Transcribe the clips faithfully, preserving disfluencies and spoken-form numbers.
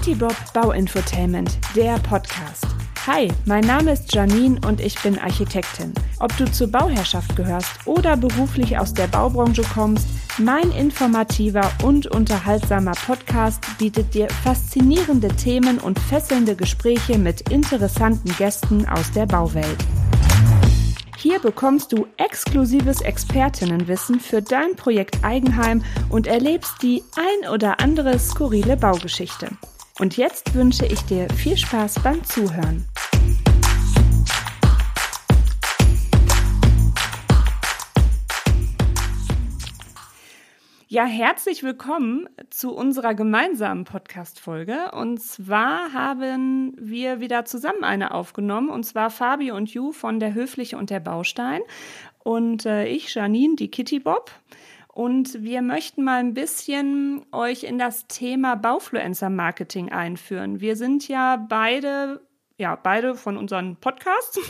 Kitty Bob Bauinfotainment, der Podcast. Hi, mein Name ist Janine und ich bin Architektin. Ob du zur Bauherrschaft gehörst oder beruflich aus der Baubranche kommst, mein informativer und unterhaltsamer Podcast bietet dir faszinierende Themen und fesselnde Gespräche mit interessanten Gästen aus der Bauwelt. Hier bekommst du exklusives Expertinnenwissen für dein Projekt Eigenheim und erlebst die ein oder andere skurrile Baugeschichte. Und jetzt wünsche ich dir viel Spaß beim Zuhören. Ja, herzlich willkommen zu unserer gemeinsamen Podcast-Folge. Und zwar haben wir wieder zusammen eine aufgenommen, und zwar Fabi und Ju von der Höfliche und der Baustein und äh, ich, Janine, die Kitty Bob. Und wir möchten mal ein bisschen euch in das Thema Baufluencer-Marketing einführen. Wir sind ja beide... Ja, beide von unseren Podcasts.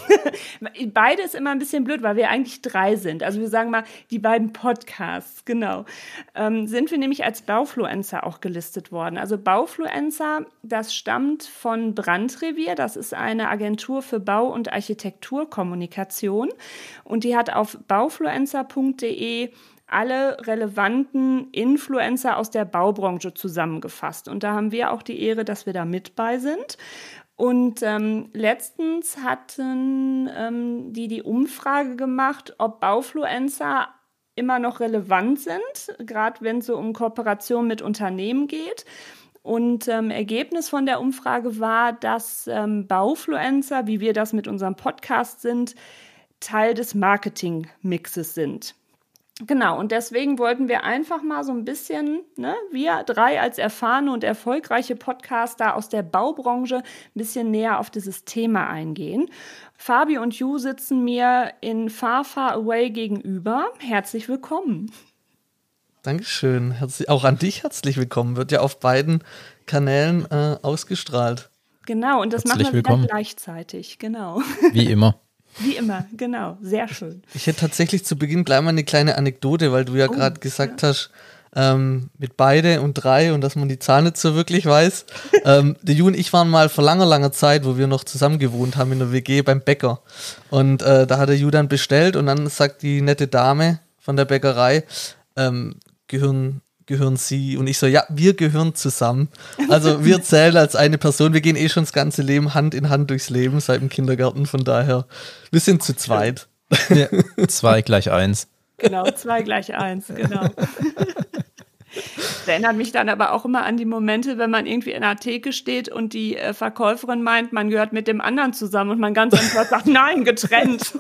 Beide ist immer ein bisschen blöd, weil wir eigentlich drei sind. Also wir sagen mal, die beiden Podcasts, genau. Ähm, sind wir nämlich als Baufluencer auch gelistet worden. Also Baufluencer, das stammt von Brandrevier. Das ist eine Agentur für Bau- und Architekturkommunikation. Und die hat auf baufluencer punkt de alle relevanten Influencer aus der Baubranche zusammengefasst. Und da haben wir auch die Ehre, dass wir da mit bei sind. Und ähm, letztens hatten ähm, die die Umfrage gemacht, ob Baufluencer immer noch relevant sind, gerade wenn es so um Kooperation mit Unternehmen geht. Und ähm, Ergebnis von der Umfrage war, dass ähm, Baufluencer, wie wir das mit unserem Podcast sind, Teil des Marketingmixes sind. Genau, und deswegen wollten wir einfach mal so ein bisschen, ne, wir drei als erfahrene und erfolgreiche Podcaster aus der Baubranche, ein bisschen näher auf dieses Thema eingehen. Fabi und Ju sitzen mir in Far, Far Away gegenüber. Herzlich willkommen. Dankeschön. Herzlich, auch an dich herzlich willkommen. Wird ja auf beiden Kanälen äh, ausgestrahlt. Genau, und das herzlich machen wir willkommen. wieder gleichzeitig, genau. Wie immer. Wie immer, genau. Sehr schön. Ich hätte tatsächlich zu Beginn gleich mal eine kleine Anekdote, weil du ja Oh, gerade gesagt ja. hast, ähm, mit beide und drei und dass man die Zahl nicht so wirklich weiß. ähm, der Ju und ich waren mal vor langer, langer Zeit, wo wir noch zusammen gewohnt haben in der W G beim Bäcker. Und äh, da hat der Ju dann bestellt und dann sagt die nette Dame von der Bäckerei, ähm, gehören... gehören Sie und ich so, ja, wir gehören zusammen. Also wir zählen als eine Person, wir gehen eh schon das ganze Leben Hand in Hand durchs Leben seit dem Kindergarten, von daher, wir sind zu zweit. Ja, zwei gleich eins. Genau, zwei gleich eins, genau. Das erinnert mich dann aber auch immer an die Momente, wenn man irgendwie in einer Theke steht und die äh, Verkäuferin meint, man gehört mit dem anderen zusammen und man ganz einfach sagt, nein, getrennt.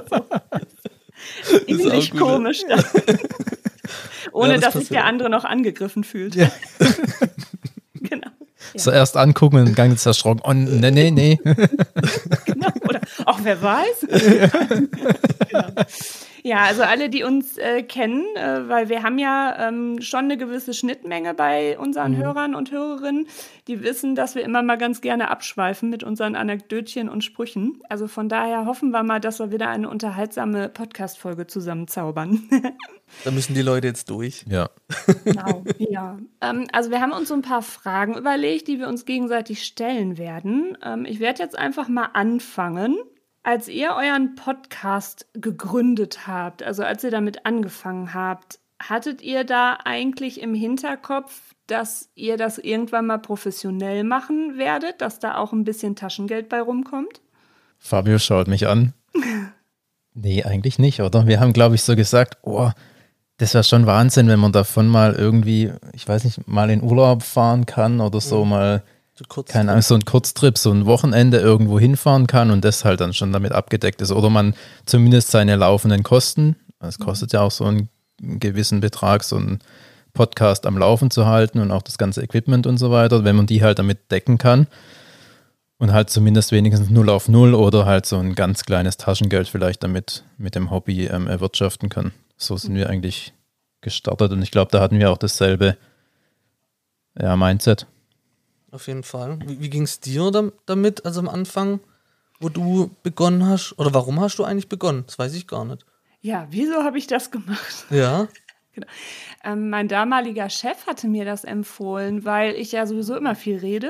Ähnlich komisch. Ohne, ja, das dass sich der andere noch angegriffen fühlt. Ja. Genau. Ja. So erst angucken und dann ganz erschrocken. Oh, nee, nee, nee. Genau. Oder, ach, wer weiß. Genau. Ja, also alle, die uns äh, kennen, äh, weil wir haben ja ähm, schon eine gewisse Schnittmenge bei unseren mhm. Hörern und Hörerinnen, die wissen, dass wir immer mal ganz gerne abschweifen mit unseren Anekdötchen und Sprüchen. Also von daher hoffen wir mal, dass wir wieder eine unterhaltsame Podcast-Folge zusammenzaubern. Da müssen die Leute jetzt durch. Ja. Genau, ja. Ähm, also wir haben uns so ein paar Fragen überlegt, die wir uns gegenseitig stellen werden. Ähm, ich werde jetzt einfach mal anfangen. Als ihr euren Podcast gegründet habt, also als ihr damit angefangen habt, hattet ihr da eigentlich im Hinterkopf, dass ihr das irgendwann mal professionell machen werdet, dass da auch ein bisschen Taschengeld bei rumkommt? Fabio schaut mich an. Nee, eigentlich nicht, oder? Wir haben, glaube ich, so gesagt, oh, das wäre schon Wahnsinn, wenn man davon mal irgendwie, ich weiß nicht, mal in Urlaub fahren kann oder so, ja. mal... So keine Ahnung, so ein Kurztrip, so ein Wochenende irgendwo hinfahren kann und das halt dann schon damit abgedeckt ist. Oder man zumindest seine laufenden Kosten, es kostet ja auch so einen gewissen Betrag, so einen Podcast am Laufen zu halten und auch das ganze Equipment und so weiter, wenn man die halt damit decken kann und halt zumindest wenigstens null auf null oder halt so ein ganz kleines Taschengeld vielleicht damit mit dem Hobby ähm, erwirtschaften kann. So sind wir eigentlich gestartet und ich glaube, da hatten wir auch dasselbe ja, Mindset. Auf jeden Fall. Wie, wie ging es dir damit, also am Anfang, wo du begonnen hast? Oder warum hast du eigentlich begonnen? Das weiß ich gar nicht. Ja, wieso habe ich das gemacht? Ja. Genau. Ähm, mein damaliger Chef hatte mir das empfohlen, weil ich ja sowieso immer viel rede.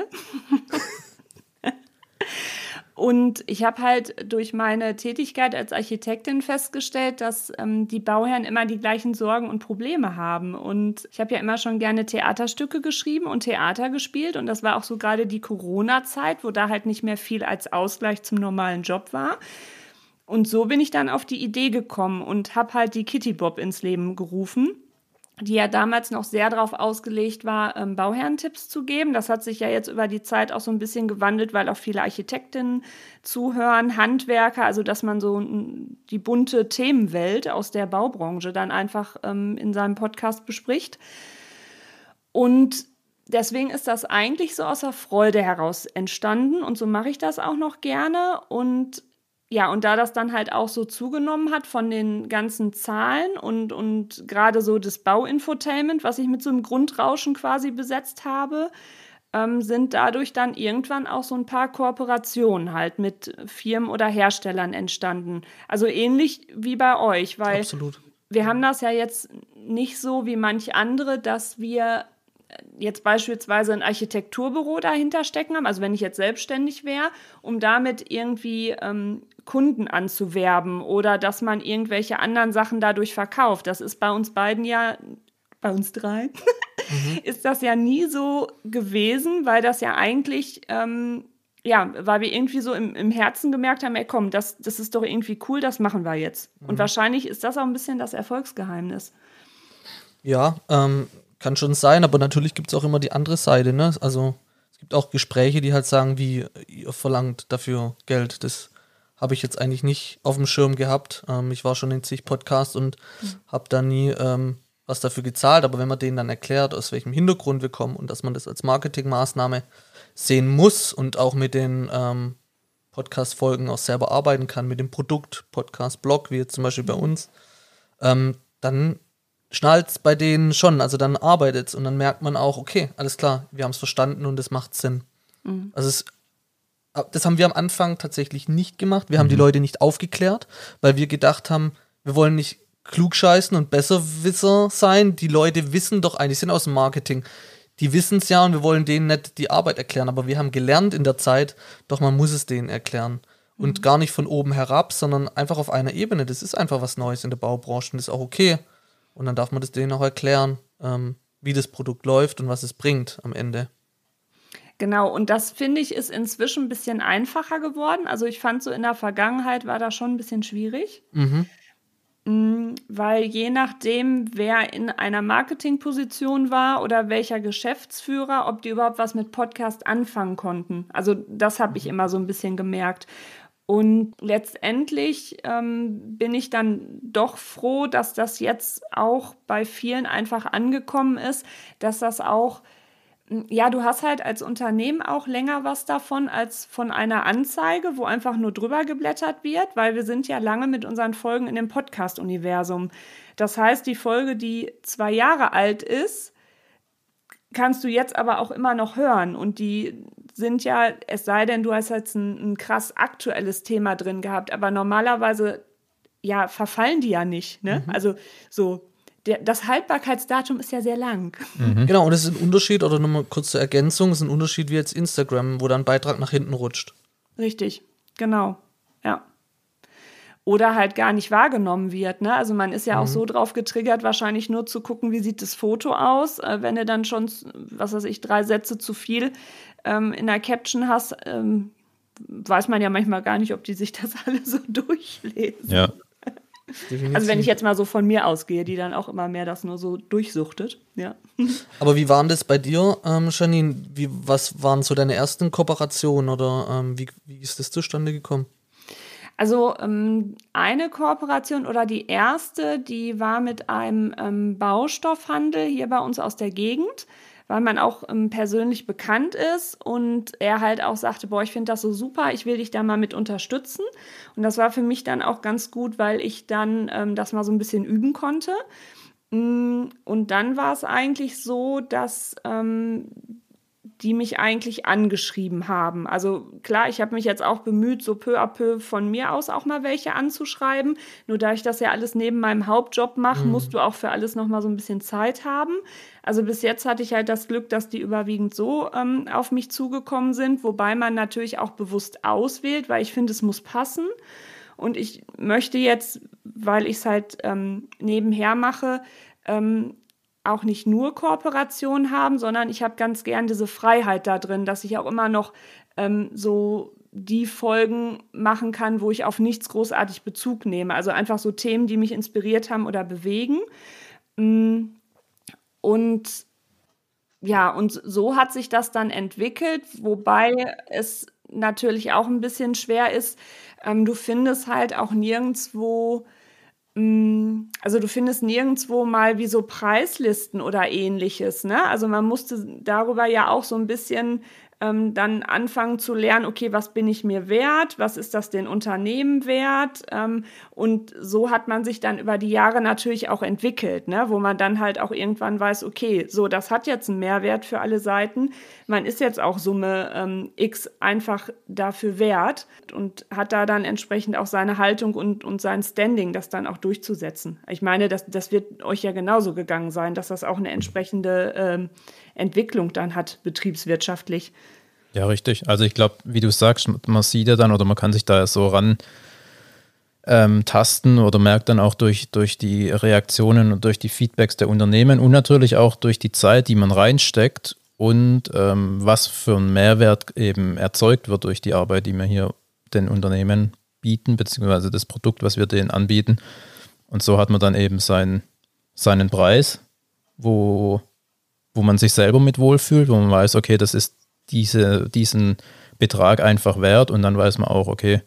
Und ich habe halt durch meine Tätigkeit als Architektin festgestellt, dass ähm, die Bauherren immer die gleichen Sorgen und Probleme haben. Und ich habe ja immer schon gerne Theaterstücke geschrieben und Theater gespielt. Und das war auch so gerade die Corona-Zeit, wo da halt nicht mehr viel als Ausgleich zum normalen Job war. Und so bin ich dann auf die Idee gekommen und habe halt die Kitty Bob ins Leben gerufen, die ja damals noch sehr darauf ausgelegt war, ähm, Bauherrentipps zu geben. Das hat sich ja jetzt über die Zeit auch so ein bisschen gewandelt, weil auch viele Architektinnen zuhören, Handwerker, also dass man so die bunte Themenwelt aus der Baubranche dann einfach ähm, in seinem Podcast bespricht. Und deswegen ist das eigentlich so aus der Freude heraus entstanden und so mache ich das auch noch gerne. Und ja, und da das dann halt auch so zugenommen hat von den ganzen Zahlen und, und gerade so das Bauinfotainment, was ich mit so einem Grundrauschen quasi besetzt habe, ähm, sind dadurch dann irgendwann auch so ein paar Kooperationen halt mit Firmen oder Herstellern entstanden. Also ähnlich wie bei euch, weil Absolut. Wir haben das ja jetzt nicht so wie manch andere, dass wir jetzt beispielsweise ein Architekturbüro dahinter stecken haben, also wenn ich jetzt selbstständig wäre, um damit irgendwie ähm, Kunden anzuwerben oder dass man irgendwelche anderen Sachen dadurch verkauft. Das ist bei uns beiden ja, bei uns dreien, mhm. ist das ja nie so gewesen, weil das ja eigentlich, ähm, ja, weil wir irgendwie so im, im Herzen gemerkt haben, ey komm, das, das ist doch irgendwie cool, das machen wir jetzt. Mhm. Und wahrscheinlich ist das auch ein bisschen das Erfolgsgeheimnis. Ja, ähm, kann schon sein, aber natürlich gibt es auch immer die andere Seite, ne? Also es gibt auch Gespräche, die halt sagen, wie ihr verlangt dafür Geld. Das habe ich jetzt eigentlich nicht auf dem Schirm gehabt. Ähm, ich war schon in zig Podcasts und mhm. habe da nie ähm, was dafür gezahlt. Aber wenn man denen dann erklärt, aus welchem Hintergrund wir kommen und dass man das als Marketingmaßnahme sehen muss und auch mit den ähm, Podcast-Folgen auch selber arbeiten kann, mit dem Produkt, Podcast-Blog, wie jetzt zum Beispiel mhm. bei uns, ähm, dann schnallt es bei denen schon, also dann arbeitet es und dann merkt man auch, okay, alles klar, wir haben es verstanden und es macht Sinn. Mhm. Also es, das haben wir am Anfang tatsächlich nicht gemacht, wir mhm. haben die Leute nicht aufgeklärt, weil wir gedacht haben, wir wollen nicht klugscheißen und Besserwisser sein, die Leute wissen doch eigentlich, sind aus dem Marketing, die wissen es ja und wir wollen denen nicht die Arbeit erklären, aber wir haben gelernt in der Zeit, doch man muss es denen erklären. Mhm. Und gar nicht von oben herab, sondern einfach auf einer Ebene, das ist einfach was Neues in der Baubranche und das ist auch okay. Und dann darf man das denen auch erklären, ähm, wie das Produkt läuft und was es bringt am Ende. Genau, und das, finde ich, ist inzwischen ein bisschen einfacher geworden. Also ich fand so in der Vergangenheit war das schon ein bisschen schwierig. Mhm. Weil je nachdem, wer in einer Marketingposition war oder welcher Geschäftsführer, ob die überhaupt was mit Podcast anfangen konnten. Also das habe ich immer so ein bisschen gemerkt. Und letztendlich ähm, bin ich dann doch froh, dass das jetzt auch bei vielen einfach angekommen ist, dass das auch, ja, du hast halt als Unternehmen auch länger was davon als von einer Anzeige, wo einfach nur drüber geblättert wird, weil wir sind ja lange mit unseren Folgen in dem Podcast-Universum. Das heißt, die Folge, die zwei Jahre alt ist, kannst du jetzt aber auch immer noch hören und die sind ja, es sei denn, du hast jetzt ein, ein krass aktuelles Thema drin gehabt, aber normalerweise, ja, verfallen die ja nicht, ne? Mhm. Also so, der, das Haltbarkeitsdatum ist ja sehr lang. Mhm. Genau, und das ist ein Unterschied, oder nochmal kurz zur Ergänzung, das ist ein Unterschied wie jetzt Instagram, wo dann ein Beitrag nach hinten rutscht. Richtig, genau, ja. Oder halt gar nicht wahrgenommen wird, ne? Also man ist ja mhm. auch so drauf getriggert, wahrscheinlich nur zu gucken, wie sieht das Foto aus, äh, wenn du dann schon, was weiß ich, drei Sätze zu viel ähm, in der Caption hast, ähm, weiß man ja manchmal gar nicht, ob die sich das alle so durchlesen. Ja. Also wenn ich jetzt mal so von mir ausgehe, die dann auch immer mehr das nur so durchsuchtet, ja. Aber wie war das bei dir, ähm, Janine? Wie, was waren so deine ersten Kooperationen oder ähm, wie, wie ist das zustande gekommen? Also ähm, eine Kooperation oder die erste, die war mit einem ähm, Baustoffhandel hier bei uns aus der Gegend, weil man auch ähm, persönlich bekannt ist und er halt auch sagte, boah, ich finde das so super, ich will dich da mal mit unterstützen. Und das war für mich dann auch ganz gut, weil ich dann ähm, das mal so ein bisschen üben konnte. Und dann war es eigentlich so, dass ähm, die mich eigentlich angeschrieben haben. Also klar, ich habe mich jetzt auch bemüht, so peu à peu von mir aus auch mal welche anzuschreiben. Nur da ich das ja alles neben meinem Hauptjob mache, mhm. musst du auch für alles noch mal so ein bisschen Zeit haben. Also bis jetzt hatte ich halt das Glück, dass die überwiegend so ähm, auf mich zugekommen sind, wobei man natürlich auch bewusst auswählt, weil ich finde, es muss passen. Und ich möchte jetzt, weil ich es halt ähm, nebenher mache, ähm, auch nicht nur Kooperation haben, sondern ich habe ganz gern diese Freiheit da drin, dass ich auch immer noch ähm, so die Folgen machen kann, wo ich auf nichts großartig Bezug nehme. Also einfach so Themen, die mich inspiriert haben oder bewegen. Und ja, und so hat sich das dann entwickelt, wobei es natürlich auch ein bisschen schwer ist. Ähm, du findest halt auch nirgendwo Also du findest nirgendwo mal wie so Preislisten oder ähnliches, ne? Also man musste darüber ja auch so ein bisschen ähm, dann anfangen zu lernen, okay, was bin ich mir wert, was ist das den Unternehmen wert? Ähm, und so hat man sich dann über die Jahre natürlich auch entwickelt, ne? Wo man dann halt auch irgendwann weiß, okay, so, das hat jetzt einen Mehrwert für alle Seiten. Man ist jetzt auch Summe ähm, X einfach dafür wert und hat da dann entsprechend auch seine Haltung und, und sein Standing, das dann auch durchzusetzen. Ich meine, das, das wird euch ja genauso gegangen sein, dass das auch eine entsprechende ähm, Entwicklung dann hat, betriebswirtschaftlich. Ja, richtig. Also ich glaube, wie du sagst, man sieht ja dann oder man kann sich da so ran ähm, tasten oder merkt dann auch durch, durch die Reaktionen und durch die Feedbacks der Unternehmen und natürlich auch durch die Zeit, die man reinsteckt und ähm, was für ein Mehrwert eben erzeugt wird durch die Arbeit, die wir hier den Unternehmen bieten, beziehungsweise das Produkt, was wir denen anbieten. Und so hat man dann eben seinen, seinen Preis, wo, wo man sich selber mit wohlfühlt, wo man weiß, okay, das ist diese, diesen Betrag einfach wert und dann weiß man auch, okay,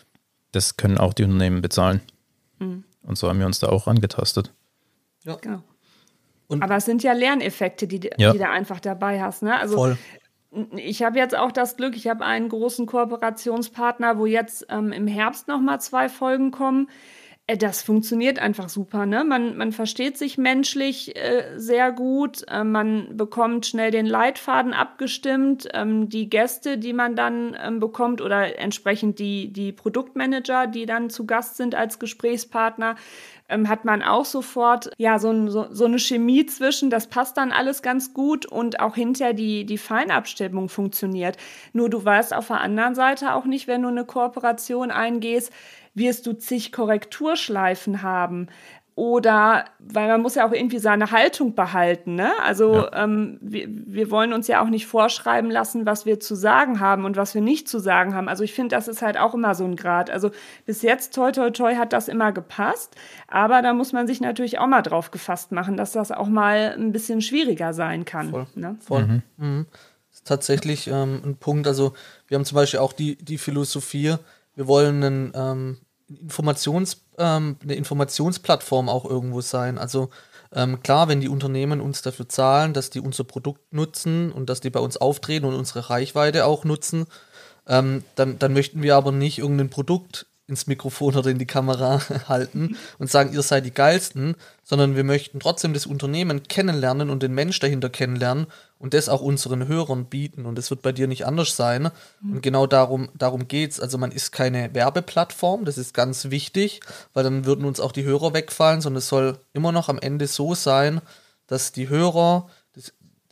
das können auch die Unternehmen bezahlen. Mhm. Und so haben wir uns da auch angetastet. Ja. Genau. Und aber es sind ja Lerneffekte, die, ja. die du einfach dabei hast. Ne? Also voll. Ich habe jetzt auch das Glück, ich habe einen großen Kooperationspartner, wo jetzt ähm, im Herbst nochmal zwei Folgen kommen. Das funktioniert einfach super, ne? Man, man versteht sich menschlich äh, sehr gut, äh, man bekommt schnell den Leitfaden abgestimmt, ähm, die Gäste, die man dann ähm, bekommt oder entsprechend die, die Produktmanager, die dann zu Gast sind als Gesprächspartner, ähm, hat man auch sofort ja so, so, so eine Chemie zwischen, das passt dann alles ganz gut und auch hinterher die, die Feinabstimmung funktioniert. Nur du weißt auf der anderen Seite auch nicht, wenn du eine Kooperation eingehst, wirst du zig Korrekturschleifen haben oder, weil man muss ja auch irgendwie seine Haltung behalten, ne? Also ja. ähm, wir, wir wollen uns ja auch nicht vorschreiben lassen, was wir zu sagen haben und was wir nicht zu sagen haben. Also ich finde, das ist halt auch immer so ein Grad. Also bis jetzt, toi, toi, toi, hat das immer gepasst, aber da muss man sich natürlich auch mal drauf gefasst machen, dass das auch mal ein bisschen schwieriger sein kann. Voll, ne? voll. Mhm. Mhm. Das ist tatsächlich ähm, ein Punkt, also wir haben zum Beispiel auch die, die Philosophie, wir wollen einen ähm, Informations, ähm, eine Informationsplattform auch irgendwo sein. Also ähm, klar, wenn die Unternehmen uns dafür zahlen, dass die unser Produkt nutzen und dass die bei uns auftreten und unsere Reichweite auch nutzen, ähm, dann, dann möchten wir aber nicht irgendein Produkt ins Mikrofon oder in die Kamera halten und sagen, ihr seid die Geilsten, sondern wir möchten trotzdem das Unternehmen kennenlernen und den Mensch dahinter kennenlernen und das auch unseren Hörern bieten. Und das wird bei dir nicht anders sein. Mhm. Und genau darum, darum geht's. Also man ist keine Werbeplattform, das ist ganz wichtig, weil dann würden uns auch die Hörer wegfallen, sondern es soll immer noch am Ende so sein, dass die Hörer das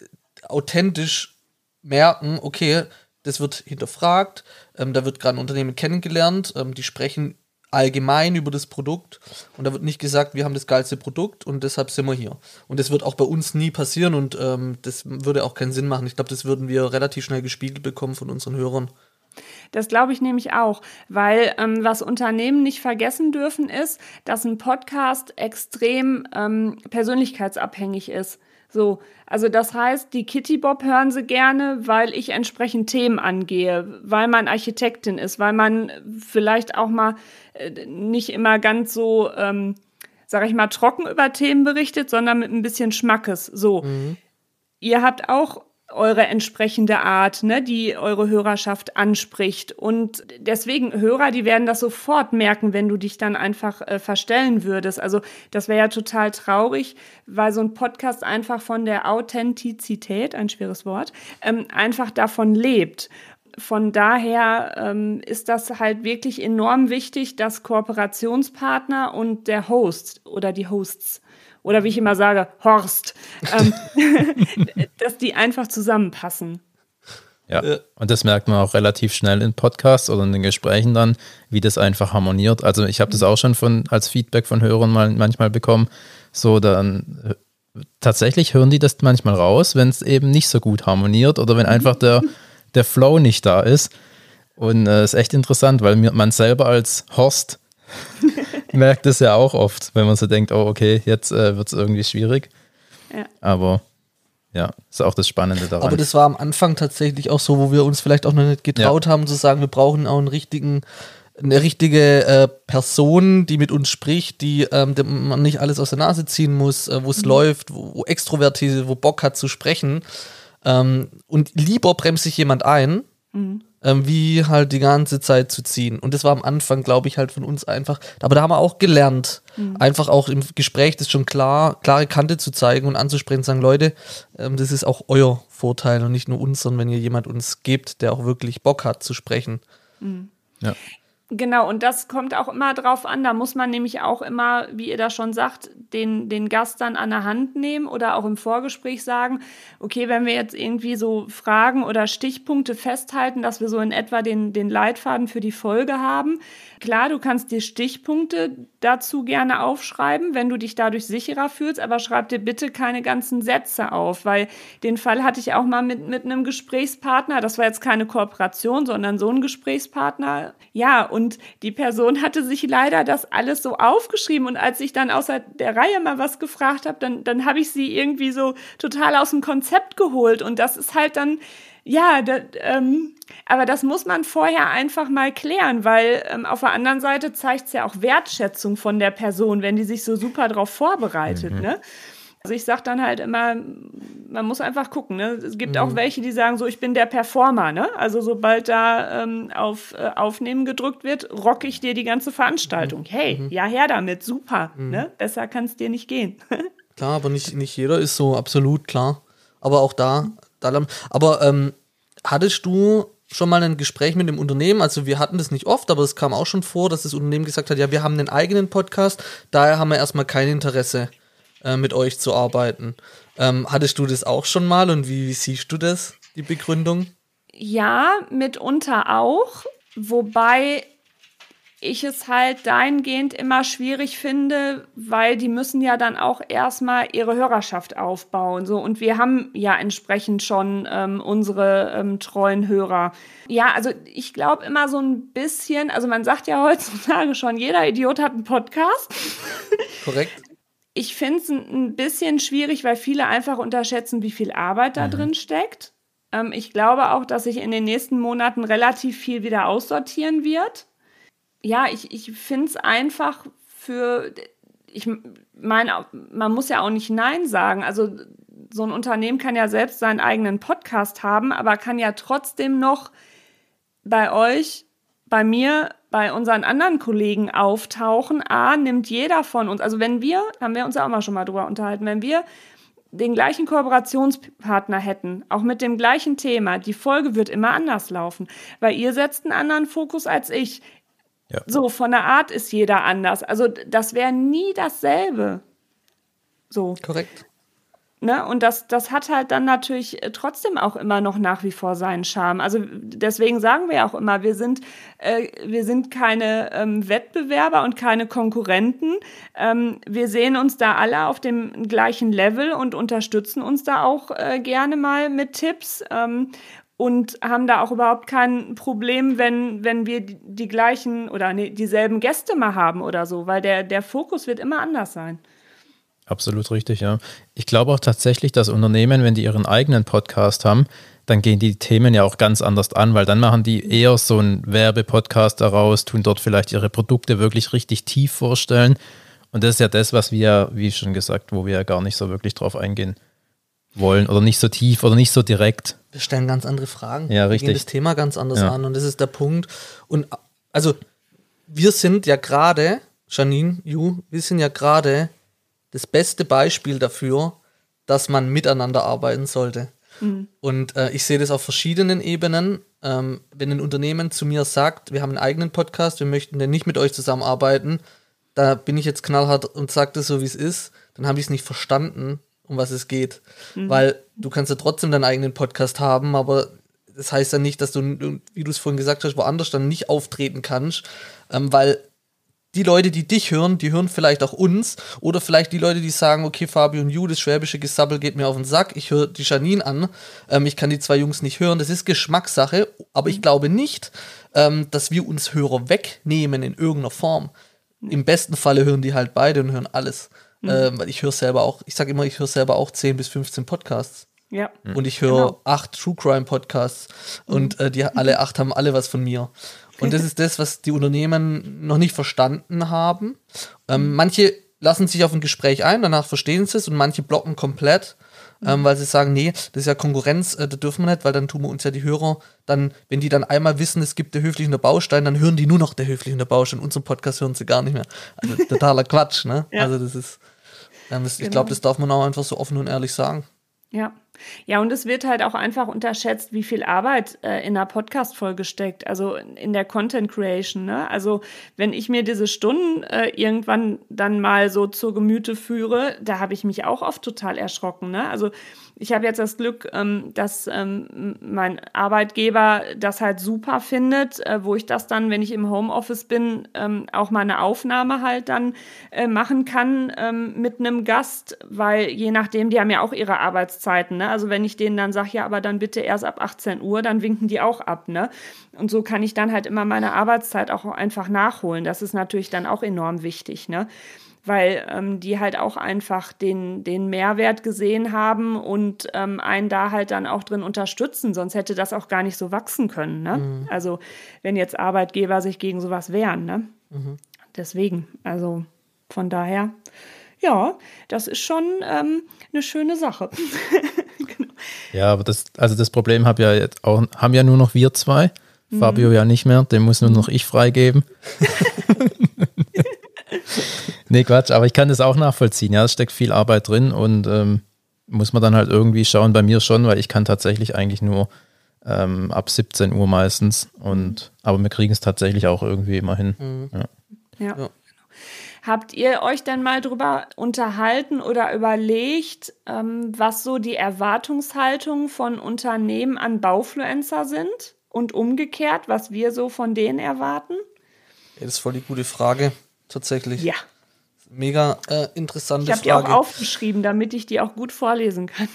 authentisch merken, okay, das wird hinterfragt, ähm, da wird gerade ein Unternehmen kennengelernt, ähm, die sprechen allgemein über das Produkt und da wird nicht gesagt, wir haben das geilste Produkt und deshalb sind wir hier. Und das wird auch bei uns nie passieren und ähm, das würde auch keinen Sinn machen. Ich glaube, das würden wir relativ schnell gespiegelt bekommen von unseren Hörern. Das glaube ich nämlich auch, weil ähm, was Unternehmen nicht vergessen dürfen ist, dass ein Podcast extrem ähm, persönlichkeitsabhängig ist. So, also das heißt, die Kitty Bob hören sie gerne, weil ich entsprechend Themen angehe, weil man Architektin ist, weil man vielleicht auch mal äh, nicht immer ganz so, ähm, sag ich mal, trocken über Themen berichtet, sondern mit ein bisschen Schmackes. So, mhm. Ihr habt auch eure entsprechende Art, ne, die eure Hörerschaft anspricht. Und deswegen Hörer, die werden das sofort merken, wenn du dich dann einfach äh, verstellen würdest. Also das wäre ja total traurig, weil so ein Podcast einfach von der Authentizität, ein schweres Wort, ähm, einfach davon lebt. Von daher ähm, ist das halt wirklich enorm wichtig, dass Kooperationspartner und der Host oder die Hosts oder wie ich immer sage, Horst, ähm, dass die einfach zusammenpassen. Ja, und das merkt man auch relativ schnell in Podcasts oder in den Gesprächen dann, wie das einfach harmoniert. Also ich habe das auch schon von als Feedback von Hörern mal, manchmal bekommen, so dann äh, tatsächlich hören die das manchmal raus, wenn es eben nicht so gut harmoniert oder wenn einfach der, der Flow nicht da ist. Und es äh, ist echt interessant, weil man selber als Horst merkt es ja auch oft, wenn man so denkt, oh okay, jetzt äh, wird es irgendwie schwierig. Ja. Aber ja, ist auch das Spannende daran. Aber das war am Anfang tatsächlich auch so, wo wir uns vielleicht auch noch nicht getraut ja. haben zu sagen, wir brauchen auch einen richtigen, eine richtige äh, Person, die mit uns spricht, die ähm, man nicht alles aus der Nase ziehen muss, äh, wo es mhm. läuft, wo, wo extrovertiert, wo Bock hat zu sprechen. Ähm, und lieber bremst sich jemand ein, mhm. ähm, wie halt die ganze Zeit zu ziehen. Und das war am Anfang, glaube ich, halt von uns einfach. Aber da haben wir auch gelernt, mhm. einfach auch im Gespräch das schon klar, klare Kante zu zeigen und anzusprechen, sagen, Leute, ähm, das ist auch euer Vorteil und nicht nur unseren, wenn ihr jemand uns gebt, der auch wirklich Bock hat zu sprechen. Mhm. Ja. Genau, und das kommt auch immer drauf an, da muss man nämlich auch immer, wie ihr da schon sagt, den, den Gast dann an der Hand nehmen oder auch im Vorgespräch sagen, okay, wenn wir jetzt irgendwie so Fragen oder Stichpunkte festhalten, dass wir so in etwa den, den Leitfaden für die Folge haben. Klar, du kannst dir Stichpunkte dazu gerne aufschreiben, wenn du dich dadurch sicherer fühlst, aber schreib dir bitte keine ganzen Sätze auf, weil den Fall hatte ich auch mal mit, mit einem Gesprächspartner, das war jetzt keine Kooperation, sondern so ein Gesprächspartner, ja, und die Person hatte sich leider das alles so aufgeschrieben und als ich dann außer der Reihe mal was gefragt habe, dann, dann habe ich sie irgendwie so total aus dem Konzept geholt und das ist halt dann, ja, das, ähm, aber das muss man vorher einfach mal klären, weil ähm, auf der anderen Seite zeigt es ja auch Wertschätzung von der Person, wenn die sich so super drauf vorbereitet, mhm. ne? Also ich sage dann halt immer, man muss einfach gucken, ne? Es gibt mhm. auch welche, die sagen so, ich bin der Performer, ne? Also sobald da ähm, auf äh, Aufnehmen gedrückt wird, rocke ich dir die ganze Veranstaltung. Mhm. Hey, mhm. ja her damit, super, mhm. ne? Besser kann es dir nicht gehen. Klar, aber nicht, nicht jeder ist so absolut klar. Aber auch da, da aber ähm, hattest du schon mal ein Gespräch mit dem Unternehmen? Also wir hatten das nicht oft, aber es kam auch schon vor, dass das Unternehmen gesagt hat, ja, wir haben einen eigenen Podcast, daher haben wir erstmal kein Interesse, äh, mit euch zu arbeiten. Ähm, hattest du das auch schon mal und wie, wie siehst du das, die Begründung? Ja, mitunter auch, wobei ich es halt dahingehend immer schwierig finde, weil die müssen ja dann auch erstmal ihre Hörerschaft aufbauen. So. Und wir haben ja entsprechend schon ähm, unsere ähm, treuen Hörer. Ja, also ich glaube immer so ein bisschen, also man sagt ja heutzutage schon, jeder Idiot hat einen Podcast. Korrekt. Ich finde es ein bisschen schwierig, weil viele einfach unterschätzen, wie viel Arbeit da mhm. drin steckt. Ähm, ich glaube auch, dass sich in den nächsten Monaten relativ viel wieder aussortieren wird. Ja, ich, ich finde es einfach für, ich meine, man muss ja auch nicht Nein sagen. Also so ein Unternehmen kann ja selbst seinen eigenen Podcast haben, aber kann ja trotzdem noch bei euch, bei mir, bei unseren anderen Kollegen auftauchen. A, nimmt jeder von uns, also wenn wir, haben wir uns ja auch mal schon mal drüber unterhalten, wenn wir den gleichen Kooperationspartner hätten, auch mit dem gleichen Thema, die Folge wird immer anders laufen, weil ihr setzt einen anderen Fokus als ich. Ja. So, von der Art ist jeder anders. Also das wäre nie dasselbe. So. Korrekt. Ne? Und das, das hat halt dann natürlich trotzdem auch immer noch nach wie vor seinen Charme. Also deswegen sagen wir auch immer, wir sind, äh, wir sind keine ähm, Wettbewerber und keine Konkurrenten. Ähm, wir sehen uns da alle auf dem gleichen Level und unterstützen uns da auch äh, gerne mal mit Tipps. Ähm, Und haben da auch überhaupt kein Problem, wenn, wenn wir die, die gleichen oder nee, dieselben Gäste mal haben oder so, weil der, der Fokus wird immer anders sein. Absolut richtig, ja. Ich glaube auch tatsächlich, dass Unternehmen, wenn die ihren eigenen Podcast haben, dann gehen die Themen ja auch ganz anders an, weil dann machen die eher so einen Werbepodcast daraus, tun dort vielleicht ihre Produkte wirklich richtig tief vorstellen. Und das ist ja das, was wir, wie schon gesagt, wo wir ja gar nicht so wirklich drauf eingehen. wollen oder nicht so tief oder nicht so direkt. Wir stellen ganz andere Fragen. Ja, wir richtig. gehen das Thema ganz anders Ja. an und das ist der Punkt. Und also wir sind ja gerade, Janine, Ju, wir sind ja gerade das beste Beispiel dafür, dass man miteinander arbeiten sollte. Mhm. Und äh, ich sehe das auf verschiedenen Ebenen. Ähm, wenn ein Unternehmen zu mir sagt, wir haben einen eigenen Podcast, wir möchten denn nicht mit euch zusammenarbeiten, da bin ich jetzt knallhart und sage das so, wie es ist, dann habe ich es nicht verstanden, um was es geht. Mhm. Weil du kannst ja trotzdem deinen eigenen Podcast haben, aber das heißt ja nicht, dass du, wie du es vorhin gesagt hast, woanders dann nicht auftreten kannst, ähm, weil die Leute, die dich hören, die hören vielleicht auch uns oder vielleicht die Leute, die sagen, okay, Fabio und Ju, das schwäbische Gesabbel geht mir auf den Sack, ich höre die Janine an, ähm, ich kann die zwei Jungs nicht hören, das ist Geschmackssache, aber ich glaube nicht, ähm, dass wir uns Hörer wegnehmen in irgendeiner Form. Im besten Falle hören die halt beide und hören alles. Mhm. Ähm, weil ich höre selber auch, ich sage immer, ich höre selber auch zehn bis fünfzehn Podcasts. Ja. Und ich höre genau. acht True Crime Podcasts und äh, die alle acht haben alle was von mir. Und das ist das, was die Unternehmen noch nicht verstanden haben. Ähm, mhm. Manche lassen sich auf ein Gespräch ein, danach verstehen sie es und manche blocken komplett, mhm. ähm, weil sie sagen, nee, das ist ja Konkurrenz, äh, das dürfen wir nicht, weil dann tun wir uns ja die Hörer, dann, wenn die dann einmal wissen, es gibt der Höflich und der Baustein, dann hören die nur noch der Höflich und der Baustein. Unseren Podcast hören sie gar nicht mehr. Also totaler Quatsch, ne? Ja. Also das ist, ähm, das, genau. Ich glaube, das darf man auch einfach so offen und ehrlich sagen. Ja. Ja, und es wird halt auch einfach unterschätzt, wie viel Arbeit äh, in einer Podcast-Folge steckt, also in der Content Creation, ne? Also wenn ich mir diese Stunden äh, irgendwann dann mal so zur Gemüte führe, da habe ich mich auch oft total erschrocken, ne? Also ich habe jetzt das Glück, ähm, dass ähm, mein Arbeitgeber das halt super findet, äh, wo ich das dann, wenn ich im Homeoffice bin, ähm, auch mal eine Aufnahme halt dann äh, machen kann ähm, mit einem Gast, weil je nachdem, die haben ja auch ihre Arbeitszeiten, ne? Also wenn ich denen dann sage, ja, aber dann bitte erst ab achtzehn Uhr, dann winken die auch ab, ne? Und so kann ich dann halt immer meine Arbeitszeit auch einfach nachholen. Das ist natürlich dann auch enorm wichtig, ne? Weil ähm, die halt auch einfach den, den Mehrwert gesehen haben und ähm, einen da halt dann auch drin unterstützen. Sonst hätte das auch gar nicht so wachsen können, ne? Mhm. Also wenn jetzt Arbeitgeber sich gegen sowas wehren, ne? Mhm. Deswegen, also von daher, ja, das ist schon ähm, eine schöne Sache. Genau. Ja, aber das, also das Problem hab ja jetzt auch, haben ja nur noch wir zwei. Mhm. Fabio ja nicht mehr, den muss nur noch ich freigeben. Nee, Quatsch, aber ich kann das auch nachvollziehen. Ja, es steckt viel Arbeit drin und ähm, muss man dann halt irgendwie schauen, bei mir schon, weil ich kann tatsächlich eigentlich nur ähm, ab siebzehn Uhr meistens. Und aber wir kriegen es tatsächlich auch irgendwie immer hin. Mhm. Ja. Ja. Ja. Habt ihr euch dann mal drüber unterhalten oder überlegt, ähm, was so die Erwartungshaltung von Unternehmen an Baufluencer sind und umgekehrt, was wir so von denen erwarten? Ja, das ist voll die gute Frage, tatsächlich. Ja. Mega äh, interessante Frage. Ich habe die auch aufgeschrieben, damit ich die auch gut vorlesen kann.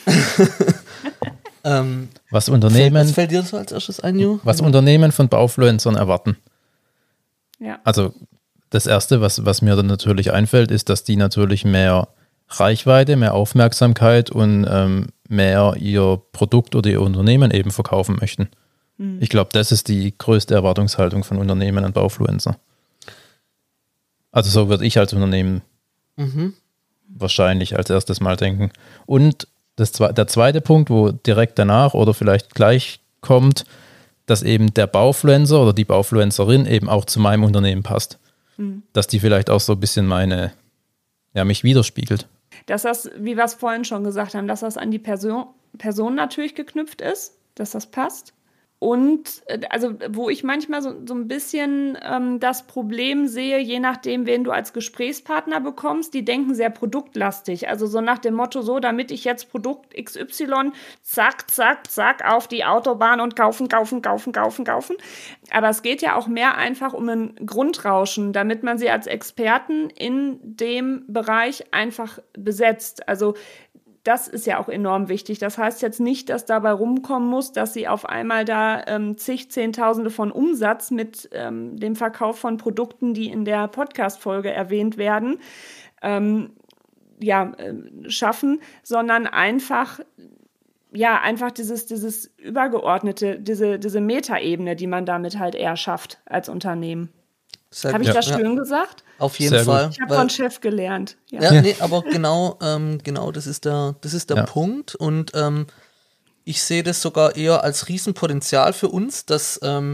ähm, was Unternehmen, was fällt dir so als erstes ein, Ju? Was Unternehmen von Baufluencern erwarten? Ja. Also das Erste, was, was mir dann natürlich einfällt, ist, dass die natürlich mehr Reichweite, mehr Aufmerksamkeit und ähm, mehr ihr Produkt oder ihr Unternehmen eben verkaufen möchten. Mhm. Ich glaube, das ist die größte Erwartungshaltung von Unternehmen an Baufluencer. Also so würde ich als Unternehmen mhm. wahrscheinlich als erstes mal denken. Und das, der zweite Punkt, wo direkt danach oder vielleicht gleich kommt, dass eben der Baufluencer oder die Baufluencerin eben auch zu meinem Unternehmen passt. Mhm. Dass die vielleicht auch so ein bisschen meine, ja, mich widerspiegelt. Dass das, wie wir es vorhin schon gesagt haben, dass das an die Person, Person natürlich geknüpft ist, dass das passt. Und also wo ich manchmal so, so ein bisschen ähm, das Problem sehe, je nachdem, wen du als Gesprächspartner bekommst, die denken sehr produktlastig. Also so nach dem Motto so, damit ich jetzt Produkt X Y, zack, zack, zack, auf die Autobahn und kaufen, kaufen, kaufen, kaufen, kaufen. Aber es geht ja auch mehr einfach um ein Grundrauschen, damit man sie als Experten in dem Bereich einfach besetzt. Also das ist ja auch enorm wichtig. Das heißt jetzt nicht, dass dabei rumkommen muss, dass sie auf einmal da ähm, zig, Zehntausende von Umsatz mit ähm, dem Verkauf von Produkten, die in der Podcast-Folge erwähnt werden, ähm, ja, äh, schaffen, sondern einfach, ja, einfach dieses, dieses übergeordnete, diese, diese Metaebene, die man damit halt eher schafft als Unternehmen. Habe ich gut. das Ja. schön gesagt? Auf jeden Sehr gut. Fall. Ich habe weil- von Chef gelernt. Ja. Ja, nee, aber genau, ähm, genau, das ist der, das ist der Ja. Punkt. Und ähm, ich sehe das sogar eher als Riesenpotenzial für uns, dass ähm,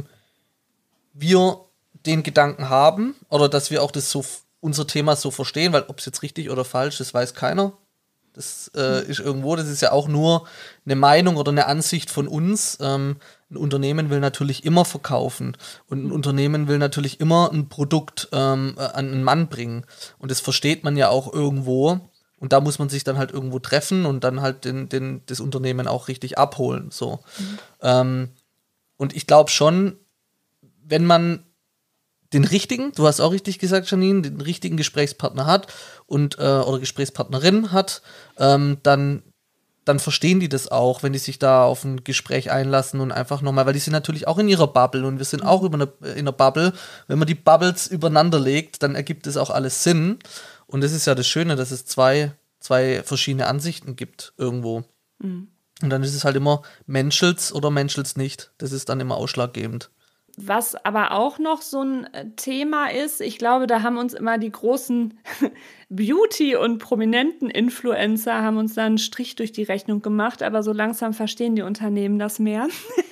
wir den Gedanken haben oder dass wir auch das so unser Thema so verstehen, weil ob es jetzt richtig oder falsch ist, weiß keiner. Das äh, ist irgendwo, das ist ja auch nur eine Meinung oder eine Ansicht von uns. Ähm, ein Unternehmen will natürlich immer verkaufen und ein Unternehmen will natürlich immer ein Produkt ähm, äh, an einen Mann bringen. Und das versteht man ja auch irgendwo. Und da muss man sich dann halt irgendwo treffen und dann halt den, den, das Unternehmen auch richtig abholen. So. Mhm. Ähm, und ich glaube schon, wenn man den richtigen, du hast auch richtig gesagt, Janine, den richtigen Gesprächspartner hat und äh, oder Gesprächspartnerin hat, ähm, dann, dann verstehen die das auch, wenn die sich da auf ein Gespräch einlassen und einfach nochmal, weil die sind natürlich auch in ihrer Bubble und wir sind auch über eine, in einer Bubble. Wenn man die Bubbles übereinander legt, dann ergibt es auch alles Sinn. Und das ist ja das Schöne, dass es zwei, zwei verschiedene Ansichten gibt irgendwo. Mhm. Und dann ist es halt immer menschelt's oder menschelt's nicht. Das ist dann immer ausschlaggebend. Was aber auch noch so ein Thema ist, ich glaube, da haben uns immer die großen Beauty- und prominenten Influencer haben uns da einen Strich durch die Rechnung gemacht, aber so langsam verstehen die Unternehmen das mehr.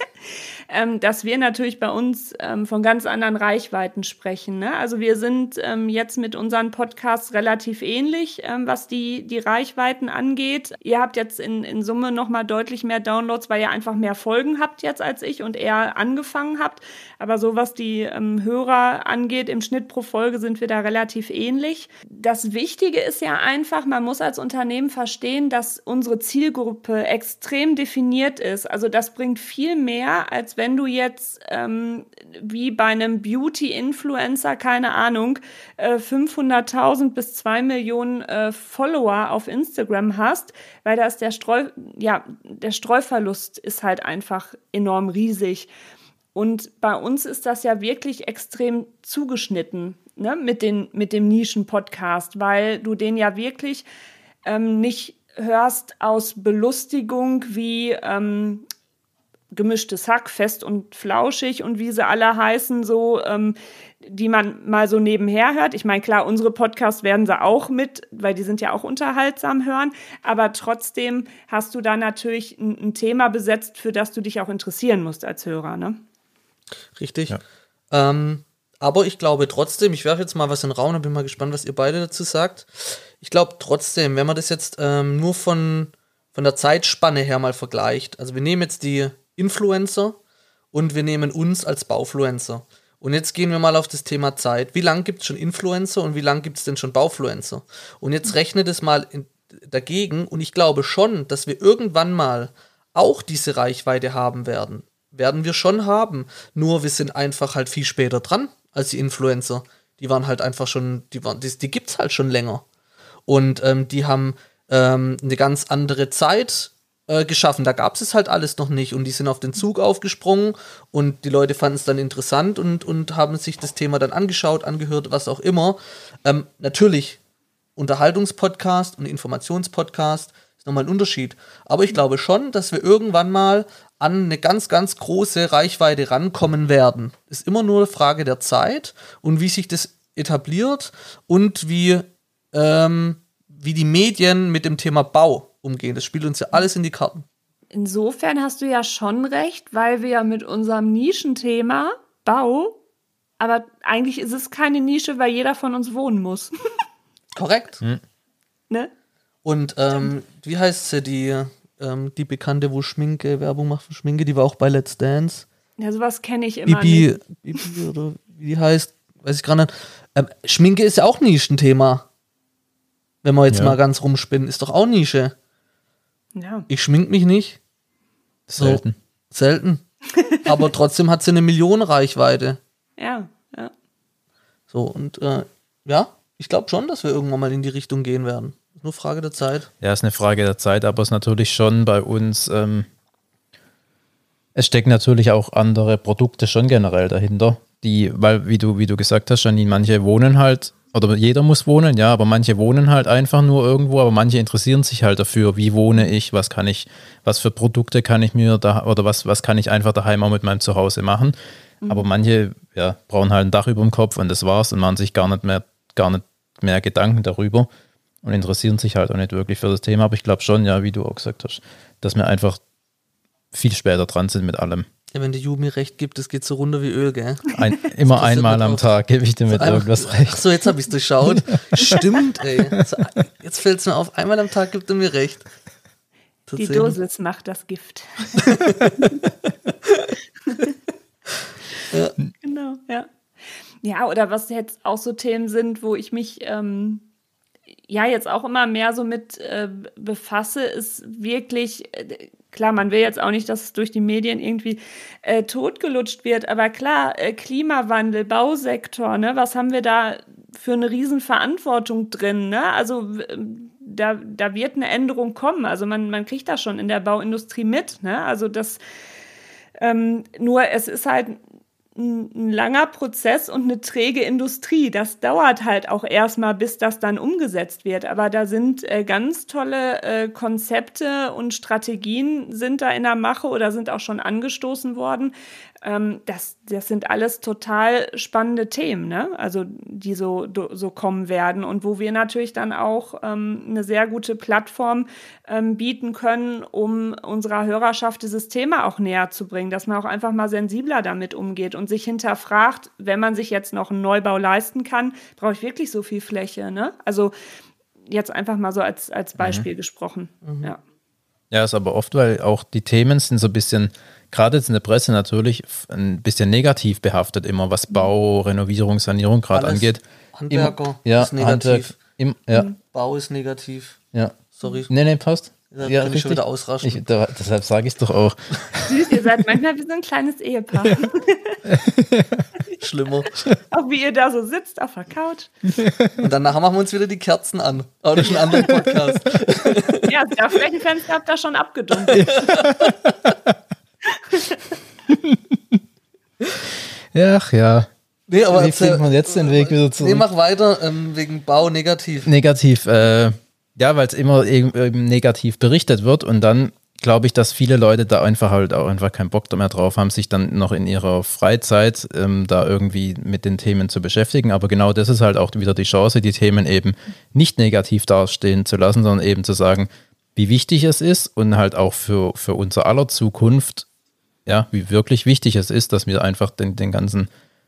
ähm, dass wir natürlich bei uns ähm, von ganz anderen Reichweiten sprechen. Ne? Also wir sind ähm, jetzt mit unseren Podcasts relativ ähnlich, ähm, was die, die Reichweiten angeht. Ihr habt jetzt in, in Summe nochmal deutlich mehr Downloads, weil ihr einfach mehr Folgen habt jetzt als ich und eher angefangen habt. Aber so was die ähm, Hörer angeht, im Schnitt pro Folge sind wir da relativ ähnlich. Das Wichtige ist ja einfach, man muss als Unternehmen verstehen, dass unsere Zielgruppe extrem definiert ist. Also das bringt viel mehr, als wenn du jetzt ähm, wie bei einem Beauty-Influencer, keine Ahnung, äh, fünfhunderttausend bis zwei Millionen äh, Follower auf Instagram hast, weil da ist der Streu, ja, der Streuverlust ist halt einfach enorm riesig. Und bei uns ist das ja wirklich extrem zugeschnitten, ne, mit, den, mit dem Nischen-Podcast, weil du den ja wirklich ähm, nicht hörst aus Belustigung wie ähm, gemischtes Hack, fest und flauschig und wie sie alle heißen, so, ähm, die man mal so nebenher hört. Ich meine, klar, unsere Podcasts werden sie auch mit, weil die sind ja auch unterhaltsam hören, aber trotzdem hast du da natürlich ein, ein Thema besetzt, für das du dich auch interessieren musst als Hörer, ne? Richtig. Ja. Ähm, aber ich glaube trotzdem, ich werfe jetzt mal was in den Raum und bin mal gespannt, was ihr beide dazu sagt. Ich glaube trotzdem, wenn man das jetzt ähm, nur von, von der Zeitspanne her mal vergleicht, also wir nehmen jetzt die Influencer und wir nehmen uns als Baufluencer. Und jetzt gehen wir mal auf das Thema Zeit. Wie lange gibt es schon Influencer und wie lange gibt es denn schon Baufluencer? Und jetzt rechne das mal in, dagegen und ich glaube schon, dass wir irgendwann mal auch diese Reichweite haben werden. Werden wir schon haben. Nur wir sind einfach halt viel später dran als die Influencer. Die waren halt einfach schon, die, waren, die, die gibt es halt schon länger. Und ähm, die haben ähm, eine ganz andere Zeit äh, geschaffen. Da gab es halt alles noch nicht. Und die sind auf den Zug aufgesprungen und die Leute fanden es dann interessant und, und haben sich das Thema dann angeschaut, angehört, was auch immer. Ähm, natürlich, Unterhaltungspodcast und Informationspodcast ist nochmal ein Unterschied. Aber ich glaube schon, dass wir irgendwann mal an eine ganz, ganz große Reichweite rankommen werden. Ist immer nur eine Frage der Zeit und wie sich das etabliert und wie, ähm, wie die Medien mit dem Thema Bau umgehen. Das spielt uns ja alles in die Karten. Insofern hast du ja schon recht, weil wir ja mit unserem Nischenthema Bau, aber eigentlich ist es keine Nische, weil jeder von uns wohnen muss. Korrekt. Hm. Ne? Und ähm, wie heißt sie, die, ähm, die Bekannte, wo Schminke, Werbung macht für Schminke, die war auch bei Let's Dance. Ja, sowas kenne ich immer Bibi, nicht. Bibi oder wie die heißt, weiß ich gerade nicht. Ähm, Schminke ist ja auch Nischenthema. Wenn wir jetzt Ja. mal ganz rumspinnen, ist doch auch Nische. Ja. Ich schmink mich nicht. So, Selten. selten. Aber trotzdem hat sie eine Million Reichweite. Ja, ja. So, und äh, ja, ich glaube schon, dass wir irgendwann mal in die Richtung gehen werden. Nur Frage der Zeit. Ja, ist eine Frage der Zeit, aber es ist natürlich schon bei uns, ähm, es stecken natürlich auch andere Produkte schon generell dahinter, die, weil, wie du, wie du gesagt hast, Janine, manche wohnen halt oder jeder muss wohnen, ja, aber manche wohnen halt einfach nur irgendwo, aber manche interessieren sich halt dafür, wie wohne ich, was kann ich, was für Produkte kann ich mir da, oder was, was kann ich einfach daheim auch mit meinem Zuhause machen. Mhm. Aber manche, ja, brauchen halt ein Dach über dem Kopf und das war's und machen sich gar nicht mehr, gar nicht mehr Gedanken darüber und interessieren sich halt auch nicht wirklich für das Thema. Aber ich glaube schon, ja, wie du auch gesagt hast, dass wir einfach viel später dran sind mit allem. Ja, wenn die Ju mir recht gibt, das geht so runter wie Öl, gell? Ein, immer einmal am Tag gebe ich dir mit so irgendwas recht. Ach so, jetzt habe ich es durchschaut. Stimmt, ey. So, jetzt fällt es mir auf, einmal am Tag gibt er mir recht. Die Dosis macht das Gift. Ja. Genau, ja. Ja, oder was jetzt auch so Themen sind, wo ich mich ähm, ja jetzt auch immer mehr so mit äh, befasse, ist wirklich, äh, klar, man will jetzt auch nicht, dass es durch die Medien irgendwie äh, totgelutscht wird, aber klar, äh, Klimawandel, Bausektor, ne, was haben wir da für eine Riesenverantwortung drin, ne? Also da, da wird eine Änderung kommen, also man, man kriegt das schon in der Bauindustrie mit, ne? Also das, ähm, nur es ist halt ein langer Prozess und eine träge Industrie. Das dauert halt auch erstmal, bis das dann umgesetzt wird. Aber da sind äh, ganz tolle äh, Konzepte und Strategien sind da in der Mache oder sind auch schon angestoßen worden. Ähm, das, das sind alles total spannende Themen, ne? Also die so, so kommen werden und wo wir natürlich dann auch ähm, eine sehr gute Plattform ähm, bieten können, um unserer Hörerschaft dieses Thema auch näher zu bringen, dass man auch einfach mal sensibler damit umgeht und sich hinterfragt, wenn man sich jetzt noch einen Neubau leisten kann, brauche ich wirklich so viel Fläche, ne? Also jetzt einfach mal so als, als Beispiel mhm. gesprochen, mhm. ja. Ja, ist aber oft, weil auch die Themen sind so ein bisschen, gerade jetzt in der Presse natürlich, ein bisschen negativ behaftet immer, was Bau, Renovierung, Sanierung gerade angeht. Handwerker immer, ja, ist negativ. Handwerk, im, ja. Bau ist negativ. Ja. Sorry. Nee, nee, passt. Da ja, kann ich schon wieder ausrasten. Ich, da, deshalb sage ich es doch auch. Süß, ihr seid manchmal wie so ein kleines Ehepaar. Schlimmer. Auch wie ihr da so sitzt auf der Couch. Und danach machen wir uns wieder die Kerzen an. Aber das ist ein anderer Podcast. Ja, das Flächenfenster habt ihr schon abgedunkelt. Ja, ach ja. Nee, aber wie findet man jetzt den Weg wieder zurück? Nee, mach weiter, ähm, wegen Bau negativ. Negativ, äh, ja, weil es immer eben, eben negativ berichtet wird und dann glaube ich, dass viele Leute da einfach halt auch einfach keinen Bock mehr drauf haben, sich dann noch in ihrer Freizeit ähm, da irgendwie mit den Themen zu beschäftigen. Aber genau das ist halt auch wieder die Chance, die Themen eben nicht negativ dastehen zu lassen, sondern eben zu sagen, wie wichtig es ist und halt auch für, für unser aller Zukunft, ja, wie wirklich wichtig es ist, dass wir einfach den, den ganzen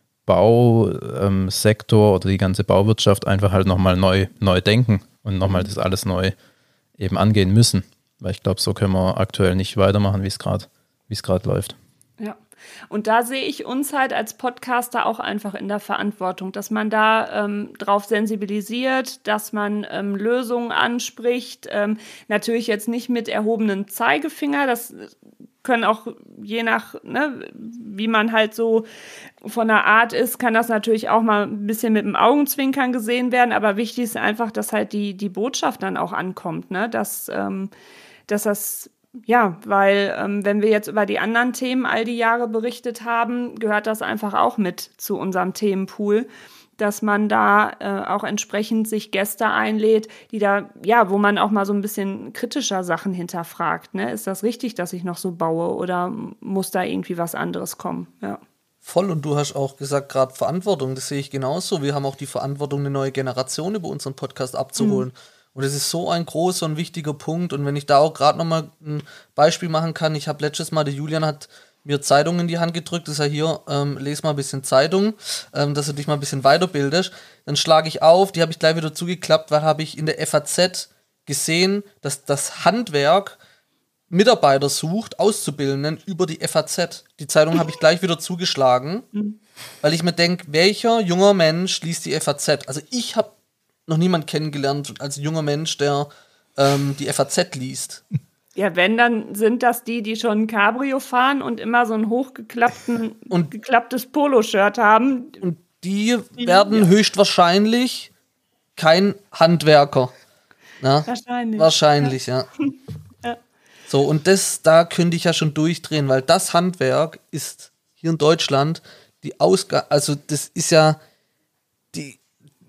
Bausektor ähm, oder die ganze Bauwirtschaft einfach halt nochmal neu, neu denken und nochmal das alles neu eben angehen müssen. Weil ich glaube, so können wir aktuell nicht weitermachen, wie es gerade wie es gerade läuft. Ja, und da sehe ich uns halt als Podcaster auch einfach in der Verantwortung, dass man da ähm, drauf sensibilisiert, dass man ähm, Lösungen anspricht. Ähm, natürlich jetzt nicht mit erhobenen Zeigefinger, das können auch je nach, ne, wie man halt so von der Art ist, kann das natürlich auch mal ein bisschen mit dem Augenzwinkern gesehen werden, aber wichtig ist einfach, dass halt die, die Botschaft dann auch ankommt, ne, dass, ähm, dass das, ja, weil ähm, wenn wir jetzt über die anderen Themen all die Jahre berichtet haben, gehört das einfach auch mit zu unserem Themenpool, dass man da äh, auch entsprechend sich Gäste einlädt, die da, ja, wo man auch mal so ein bisschen kritischer Sachen hinterfragt, ne? Ist das richtig, dass ich noch so baue oder muss da irgendwie was anderes kommen? Ja. Voll, und du hast auch gesagt, gerade Verantwortung, das sehe ich genauso. Wir haben auch die Verantwortung, eine neue Generation über unseren Podcast abzuholen. Mhm. Und das ist so ein großer und wichtiger Punkt. Und wenn ich da auch gerade nochmal ein Beispiel machen kann, ich habe letztes Mal, der Julian hat mir Zeitung in die Hand gedrückt, das ist ja hier, ähm, lese mal ein bisschen Zeitung, ähm, dass du dich mal ein bisschen weiterbildest. Dann schlage ich auf, die habe ich gleich wieder zugeklappt, weil habe ich in der F A Z gesehen, dass das Handwerk Mitarbeiter sucht, Auszubildenden über die F A Z. Die Zeitung habe ich gleich wieder zugeschlagen, mhm. weil ich mir denke, welcher junger Mensch liest die F A Z? Also ich habe noch niemanden kennengelernt als junger Mensch, der ähm, die F A Z liest. Ja, wenn, dann sind das die, die schon ein Cabrio fahren und immer so ein hochgeklappten, und geklapptes Poloshirt haben. Und die, die werden ja. höchstwahrscheinlich kein Handwerker. Na? Wahrscheinlich. Wahrscheinlich, ja. ja. ja. So, und das, da könnte ich ja schon durchdrehen, weil das Handwerk ist hier in Deutschland die Ausgabe, also das ist ja die,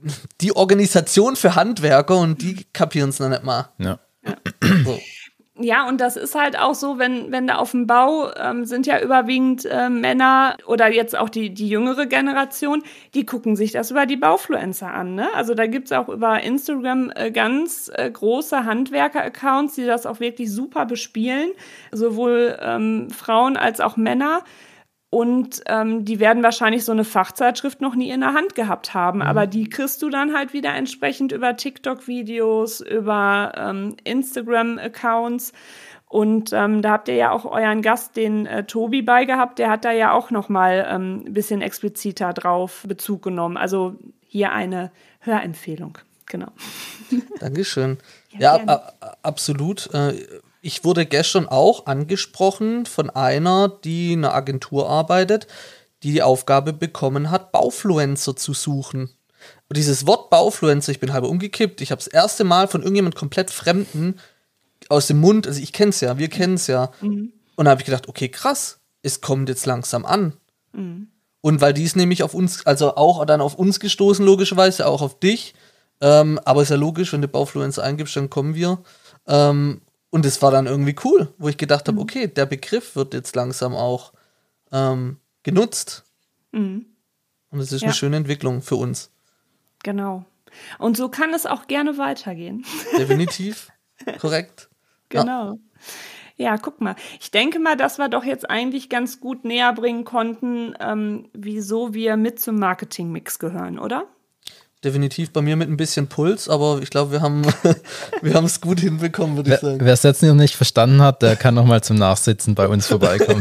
die Organisation für Handwerker und die kapieren es noch nicht mal. Ja. Ja. So. Ja, und das ist halt auch so, wenn, wenn da auf dem Bau ähm, sind ja überwiegend äh, Männer oder jetzt auch die, die jüngere Generation, die gucken sich das über die Baufluencer an, ne? Also da gibt's auch über Instagram äh, ganz äh, große Handwerker-Accounts, die das auch wirklich super bespielen, sowohl ähm, Frauen als auch Männer. Und ähm, die werden wahrscheinlich so eine Fachzeitschrift noch nie in der Hand gehabt haben. Mhm. Aber die kriegst du dann halt wieder entsprechend über TikTok-Videos, über ähm, Instagram-Accounts. Und ähm, da habt ihr ja auch euren Gast, den äh, Tobi, bei gehabt. Der hat da ja auch noch mal ähm, ein bisschen expliziter drauf Bezug genommen. Also hier eine Hörempfehlung. Genau. Dankeschön. Ja, ja a- absolut. Ich wurde gestern auch angesprochen von einer, die in einer Agentur arbeitet, die die Aufgabe bekommen hat, Baufluencer zu suchen. Und dieses Wort Baufluencer, ich bin halb umgekippt, ich habe das erste Mal von irgendjemand komplett Fremden aus dem Mund, also ich kenne es ja, wir kennen es ja. Mhm. Und da habe ich gedacht, okay, krass, es kommt jetzt langsam an. Mhm. Und weil die ist nämlich auf uns, also auch dann auf uns gestoßen, logischerweise, auch auf dich. Ähm, aber ist ja logisch, wenn du Baufluencer eingibst, dann kommen wir. Ähm, Und es war dann irgendwie cool, wo ich gedacht habe, okay, der Begriff wird jetzt langsam auch ähm, genutzt. Mhm. Und es ist ja eine schöne Entwicklung für uns. Genau. Und so kann es auch gerne weitergehen. Definitiv. Korrekt. Genau. Ja. ja, guck mal. Ich denke mal, dass wir doch jetzt eigentlich ganz gut näher bringen konnten, ähm, wieso wir mit zum Marketing-Mix gehören, oder? Definitiv bei mir mit ein bisschen Puls, aber ich glaube, wir haben wir haben es gut hinbekommen, würde ich sagen. Wer es jetzt noch nicht verstanden hat, der kann noch mal zum Nachsitzen bei uns vorbeikommen.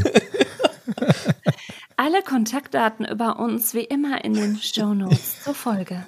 Alle Kontaktdaten über uns wie immer in den Shownotes zur Folge.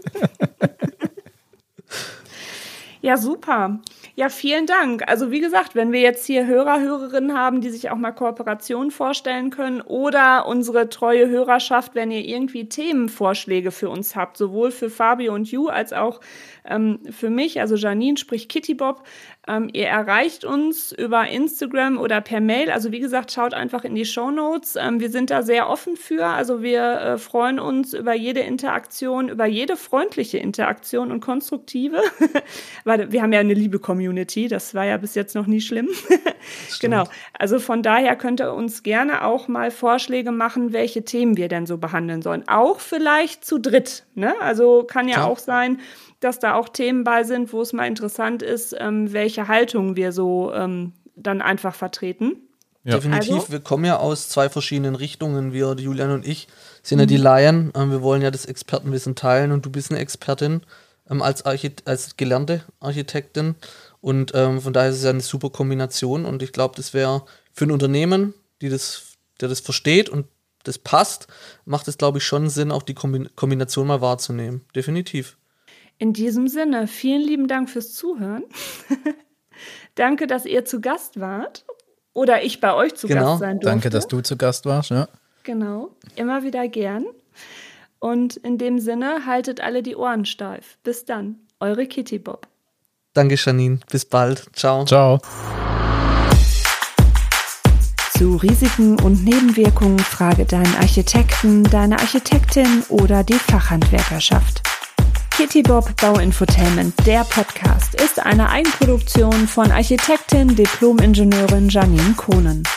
Ja, super. Ja, vielen Dank. Also wie gesagt, wenn wir jetzt hier Hörer, Hörerinnen haben, die sich auch mal Kooperationen vorstellen können oder unsere treue Hörerschaft, wenn ihr irgendwie Themenvorschläge für uns habt, sowohl für Fabio und Ju als auch ähm, für mich, also Janine, sprich Kitty Bob, ähm, ihr erreicht uns über Instagram oder per Mail. Also wie gesagt, schaut einfach in die Shownotes. Ähm, wir sind da sehr offen für. Also wir äh, freuen uns über jede Interaktion, über jede freundliche Interaktion und konstruktive. Weil wir haben ja eine liebe Community, das war ja bis jetzt noch nie schlimm. Genau, also von daher könnt ihr uns gerne auch mal Vorschläge machen, welche Themen wir denn so behandeln sollen. Auch vielleicht zu dritt, ne? Also kann ja, ja auch sein, dass da auch Themen bei sind, wo es mal interessant ist, ähm, welche Haltung wir so ähm, dann einfach vertreten. Ja. Definitiv, also, wir kommen ja aus zwei verschiedenen Richtungen, wir, die Julian und ich, sind ja die Laien, ähm, wir wollen ja das Expertenwissen teilen und du bist eine Expertin ähm, als, Archit- als gelernte Architektin und ähm, von daher ist es ja eine super Kombination und ich glaube, das wäre für ein Unternehmen, die das, der das versteht und das passt, macht es, glaube ich, schon Sinn, auch die Kombi- Kombination mal wahrzunehmen. Definitiv. In diesem Sinne, vielen lieben Dank fürs Zuhören. Danke, dass ihr zu Gast wart. Oder ich bei euch zu genau. Gast sein durfte. Danke, dass du zu Gast warst. Ja. Genau, immer wieder gern. Und in dem Sinne, haltet alle die Ohren steif. Bis dann, eure Kitty Bob. Danke, Janine. Bis bald. Ciao. Ciao. Zu Risiken und Nebenwirkungen frage deinen Architekten, deine Architektin oder die Fachhandwerkerschaft. Kitty Bob Bauinfotainment, der Podcast, ist eine Eigenproduktion von Architektin, Diplom-Ingenieurin Janine Kohnen.